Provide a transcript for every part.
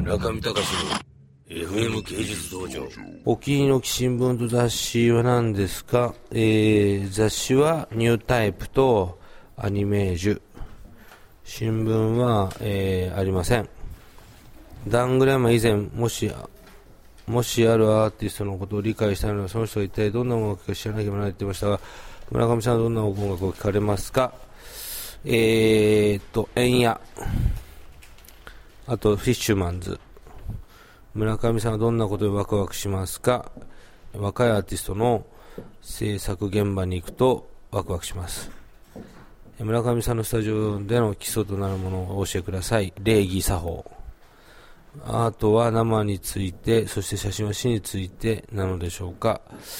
村上隆の FM 芸術道場。 お気に入りの新聞と雑誌は何ですか？雑誌はニュータイプとアニメージュ。新聞は、ありません。ダン・グレアムは以前もしあるアーティストのことを理解したのはその人が一体どんな音楽か知らなきゃならないって言ってましたが、村上さんはどんな音楽を聴かれますか？エンヤ、あとフィッシュマンズ。村上さんはどんなことでワクワクしますか？若いアーティストの制作現場に行くとワクワクします。村上さんのスタジオでの基礎となるものをお教えください。礼儀作法。アートは生について、そして写真は死についてなのでしょうか？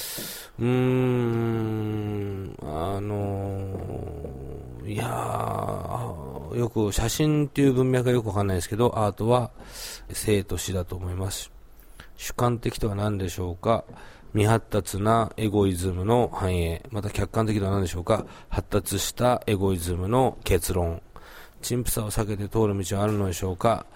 よく写真っていう文脈がよくわかんないですけど、アートは生と死だと思います。主観的とは何でしょうか？未発達なエゴイズムの反映。また客観的とは何でしょうか？発達したエゴイズムの結論。陳腐さを避けて通る道はあるのでしょうか？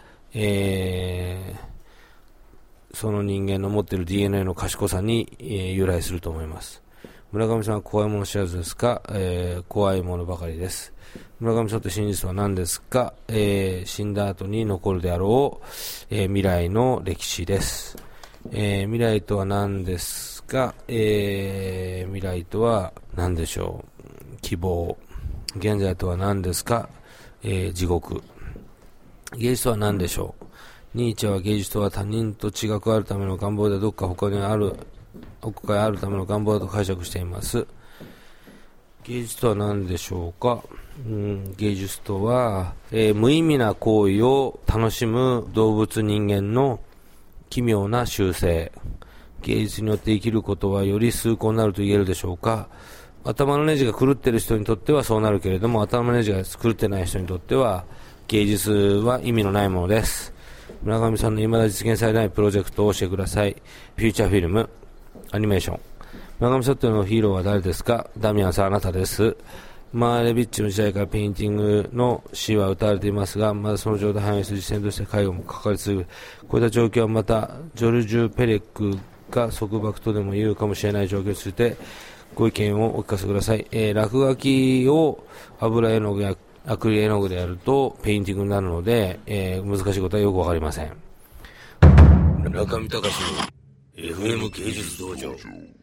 その人間の持っている DNA の賢さに、由来すると思います。村上さんは怖いもの知らずですか？怖いものばかりです。村上さんって真実は何ですか？死んだ後に残るであろう、未来の歴史です。未来とは何ですか？未来とは何でしょう？希望。現在とは何ですか？地獄。芸術とは何でしょう？ニーチェは芸術とは他人と違くあるための願望でどこか他にあるための願望だと解釈しています。芸術とは何でしょうか？芸術とは、無意味な行為を楽しむ動物人間の奇妙な習性。芸術によって生きることはより崇高になると言えるでしょうか？頭のネジが狂っている人にとってはそうなるけれども、頭のネジが狂ってない人にとっては芸術は意味のないものです。村上さんの未だ実現されないプロジェクトを教えてください。フューチャーフィルム、アニメーション。村上さんのヒーローは誰ですか？ダミアンさん、あなたです。マーレビッチの時代からペインティングの詩は歌われていますが、まだその状態を反映する実践として介護もかかり続ける。こういった状況はまたジョルジュ・ペレックが束縛とでも言うかもしれない状況についてご意見をお聞かせください。落書きを油絵の具やアクリル絵の具でやるとペインティングになるので、難しいことはよくわかりません。 村上隆の FM 芸術道場。